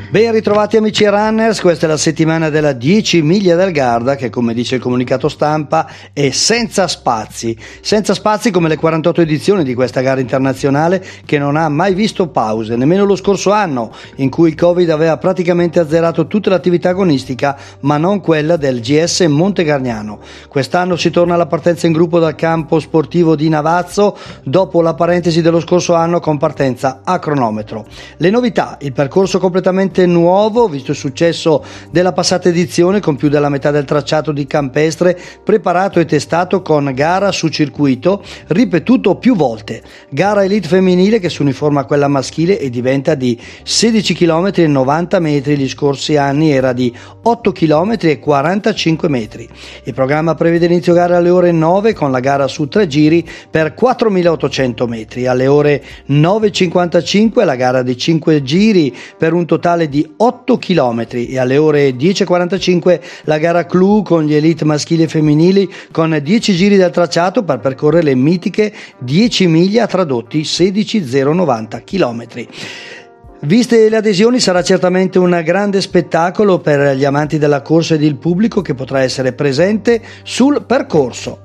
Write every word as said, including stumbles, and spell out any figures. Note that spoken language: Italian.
Ben ritrovati amici runners, questa è la settimana della dieci miglia del Garda che, come dice il comunicato stampa, è senza spazi, senza spazi come le quarantotto edizioni di questa gara internazionale che non ha mai visto pause, nemmeno lo scorso anno in cui il Covid aveva praticamente azzerato tutta l'attività agonistica ma non quella del G S Montegargnano. Quest'anno si torna alla partenza in gruppo dal campo sportivo di Navazzo dopo la parentesi dello scorso anno con partenza a cronometro. Le novità: il percorso completamente nuovo, visto il successo della passata edizione con più della metà del tracciato di campestre preparato e testato con gara su circuito ripetuto più volte, gara elite femminile che si uniforma a quella maschile e diventa di sedici chilometri e novanta metri, gli scorsi anni era di otto chilometri e quarantacinque metri. Il programma prevede inizio gara alle ore nove con la gara su tre giri per quattromilaottocento metri, alle ore nove e cinquantacinque la gara di cinque giri per un totale di otto chilometri e alle ore dieci e quarantacinque la gara clou con gli elite maschili e femminili con dieci giri del tracciato per percorrere le mitiche dieci miglia tradotti sedici virgola zero novanta chilometri. Viste le adesioni sarà certamente un grande spettacolo per gli amanti della corsa ed il pubblico che potrà essere presente sul percorso.